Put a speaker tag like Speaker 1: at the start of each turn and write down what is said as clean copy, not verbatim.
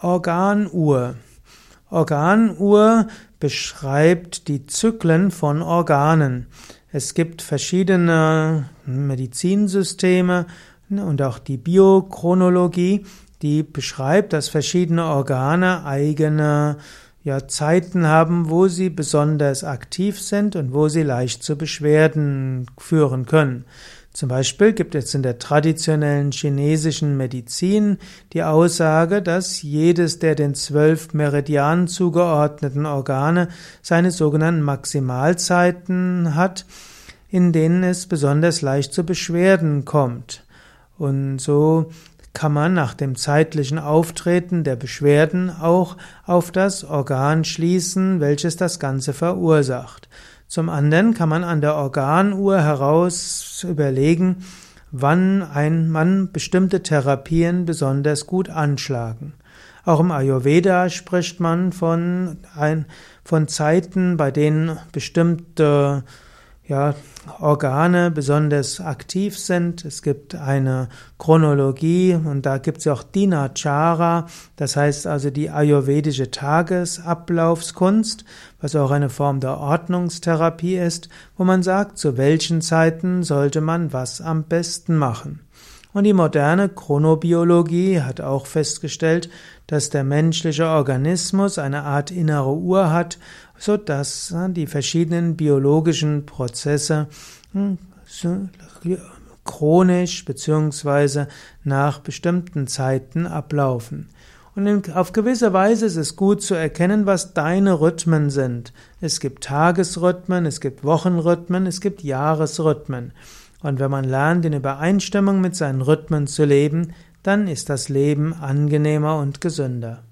Speaker 1: Organuhr. Organuhr beschreibt die Zyklen von Organen. Es gibt verschiedene Medizinsysteme und auch die Biochronologie, die beschreibt, dass verschiedene Organe eigene Zeiten haben, wo sie besonders aktiv sind und wo sie leicht zu Beschwerden führen können. Zum Beispiel gibt es in der traditionellen chinesischen Medizin die Aussage, dass jedes der den 12 Meridianen zugeordneten Organe seine sogenannten Maximalzeiten hat, in denen es besonders leicht zu Beschwerden kommt. Und so kann man nach dem zeitlichen Auftreten der Beschwerden auch auf das Organ schließen, welches das Ganze verursacht. Zum anderen kann man an der Organuhr heraus überlegen, wann bestimmte Therapien besonders gut anschlagen. Auch im Ayurveda spricht man von Zeiten, bei denen bestimmte Organe besonders aktiv sind. Es gibt eine Chronologie und da gibt es auch Dinachara, das heißt also die ayurvedische Tagesablaufskunst, was auch eine Form der Ordnungstherapie ist, wo man sagt, zu welchen Zeiten sollte man was am besten machen. Und die moderne Chronobiologie hat auch festgestellt, dass der menschliche Organismus eine Art innere Uhr hat, so dass die verschiedenen biologischen Prozesse chronisch bzw. nach bestimmten Zeiten ablaufen. Und auf gewisse Weise ist es gut zu erkennen, was deine Rhythmen sind. Es gibt Tagesrhythmen, es gibt Wochenrhythmen, es gibt Jahresrhythmen. Und wenn man lernt, in Übereinstimmung mit seinen Rhythmen zu leben, dann ist das Leben angenehmer und gesünder.